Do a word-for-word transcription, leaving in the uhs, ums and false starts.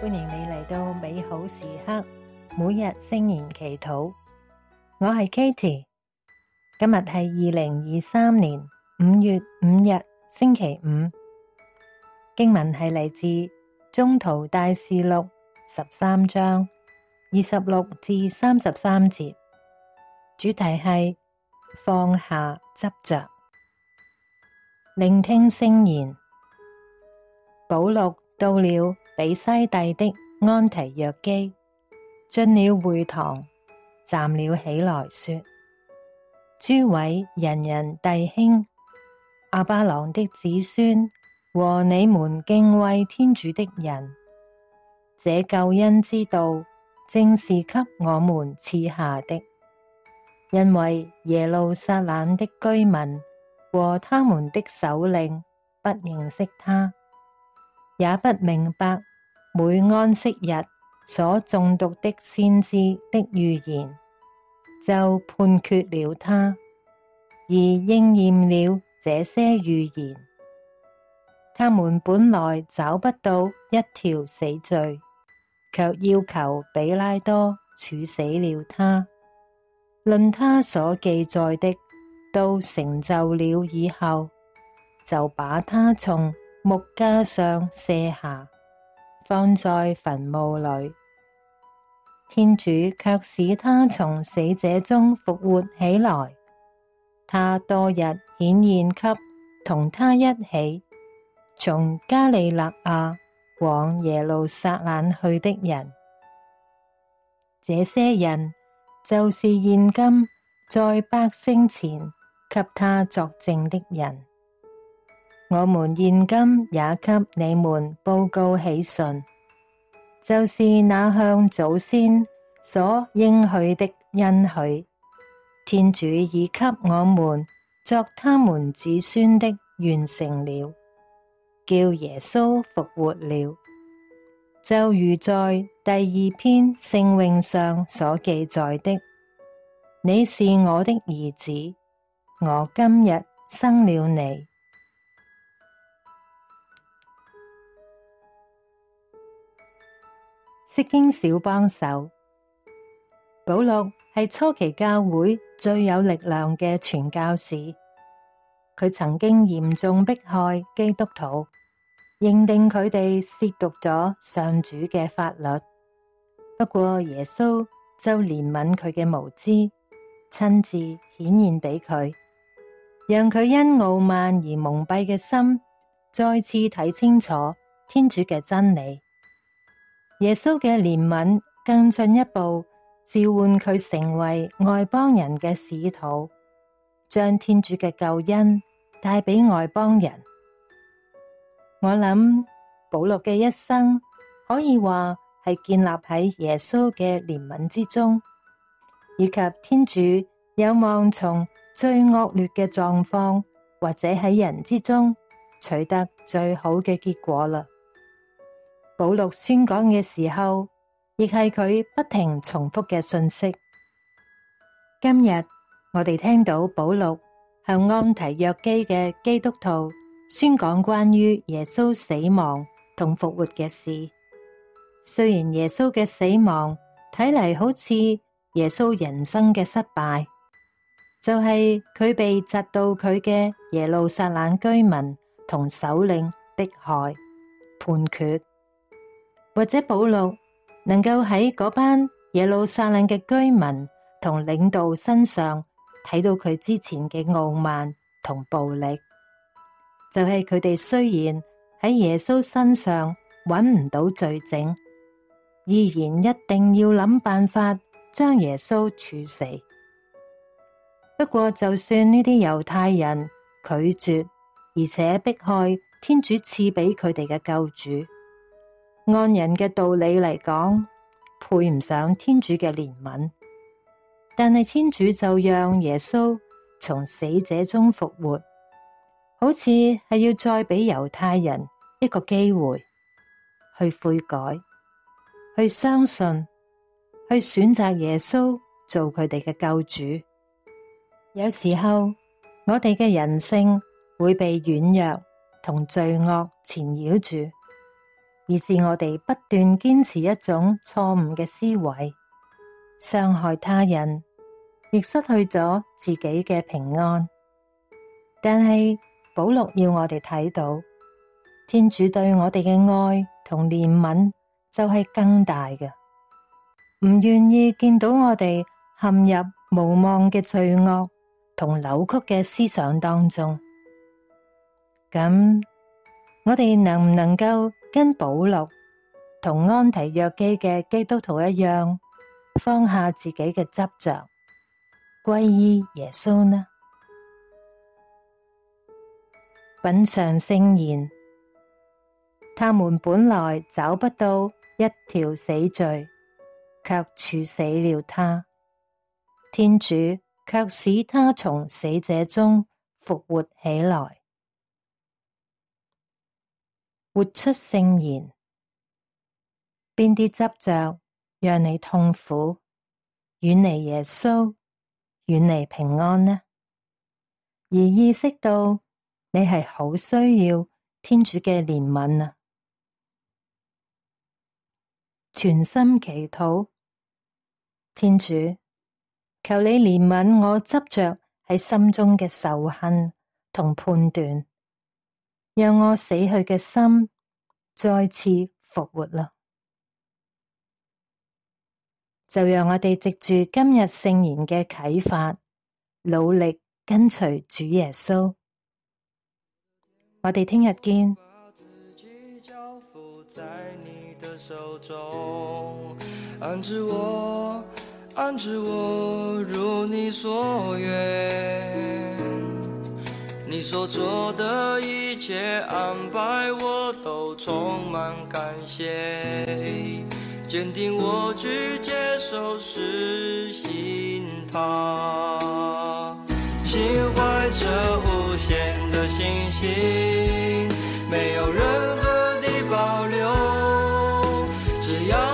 歡迎你嚟到美好時刻，每日聖言祈禱。我係 Katie， 今日係二零二三年五月五日星期五。經文係嚟自《宗徒大事錄》十三章二十六至三十三節，主題係放下執着。聆聽聖言。保祿到了彼西弟的安提約基，進了會堂，站了起來說：諸位仁人弟兄，亞巴郎的子孫和你們敬畏天主的人，這救恩之道正是給我們賜下的，因為耶路撒冷的居民和他們的首領不認識他，也不明白每安息日所誦讀的先知的預言，就判決了他，而應驗了這些預言。他們本來找不到一條死罪，卻要求彼拉多處死了他。論他所記載的都成就了以後，就把他從木架上卸下，放在墳墓裏。天主卻使他從死者中復活起來，他多日顯現給同他一起從加里肋亞往耶路撒冷去的人。這些人就是現今在百姓前給他作證的人。我們現今也給你們報告喜訊，就是那向祖先所應許的恩許，天主已給我們作他們子孫的完成了，叫耶穌復活了，就如在第二篇聖詠上所記載的：你是我的兒子，我今日生了你。釋經小幫手。保祿係初期教會最有力量嘅傳教士，佢曾經嚴重迫害基督徒，認定佢哋褻瀆咗上主嘅法律。不過耶穌就憐憫佢嘅無知，親自顯現俾佢，讓佢因傲慢而蒙蔽嘅心，再次睇清楚天主嘅真理。耶穌嘅憐憫更進一步召喚佢成為外邦人嘅使徒，將天主嘅救恩帶俾外邦人。我諗保祿嘅一生可以話係建立喺耶穌嘅憐憫之中，以及天主有望從最惡劣嘅狀況或者喺人之中取得最好嘅結果啦。保祿宣講嘅時候，亦係佢不停重複嘅訊息。今日我哋聽到保祿向安提約基嘅基督徒宣講關於耶穌死亡同復活嘅事。雖然耶穌嘅死亡睇嚟好似耶穌人生嘅失敗，就係佢被嫉妒佢嘅耶路撒冷居民同首領迫害、判決。或者保祿能夠喺嗰班耶路撒冷嘅居民同領導身上睇到佢之前嘅傲慢同暴力，就係佢哋雖然喺耶穌身上揾唔到罪證，依然一定要諗辦法將耶穌處死。不過就算呢啲猶太人拒絕而且迫害天主賜俾佢哋嘅救主，按人嘅道理嚟講，配唔上天主嘅憐憫，但係天主就讓耶穌從死者中復活，好似係要再俾猶太人一個機會去悔改，去相信，去選擇耶穌做佢哋嘅救主。有時候我哋嘅人性會被軟弱同罪惡纏繞住， 而是我哋不斷堅持一種錯誤嘅思維，傷害他人，亦失去咗自己嘅平安。但係保祿要我哋睇到，天主對我哋嘅愛同憐憫就係更大嘅，唔願意見到我哋陷入無望嘅罪惡同扭曲嘅思想當中。咁我哋能唔能夠跟保祿同安提約基嘅基督徒一樣，放下自己嘅執着，皈依耶穌呢？品嚐聖言，他們本來找不到一條死罪，卻處死了他，天主卻使他從死者中復活起來。活出聖言，邊啲執着讓你痛苦，遠離耶穌，遠離平安呢？而意識到你係好需要天主嘅憐憫啊！全心祈禱，天主，求你憐憫我執着喺心中嘅仇恨同判斷，讓我死去嘅心再次復活啦！就讓我哋藉住今日聖言嘅啟發，努力跟隨主耶穌。我哋聽日見。 把自己交付在你的手中，安置我，安置我如你所願，你所做的一切安排我都充滿感謝，堅定我去接受實行它，心懷着無限的信心，沒有任何的保留，只要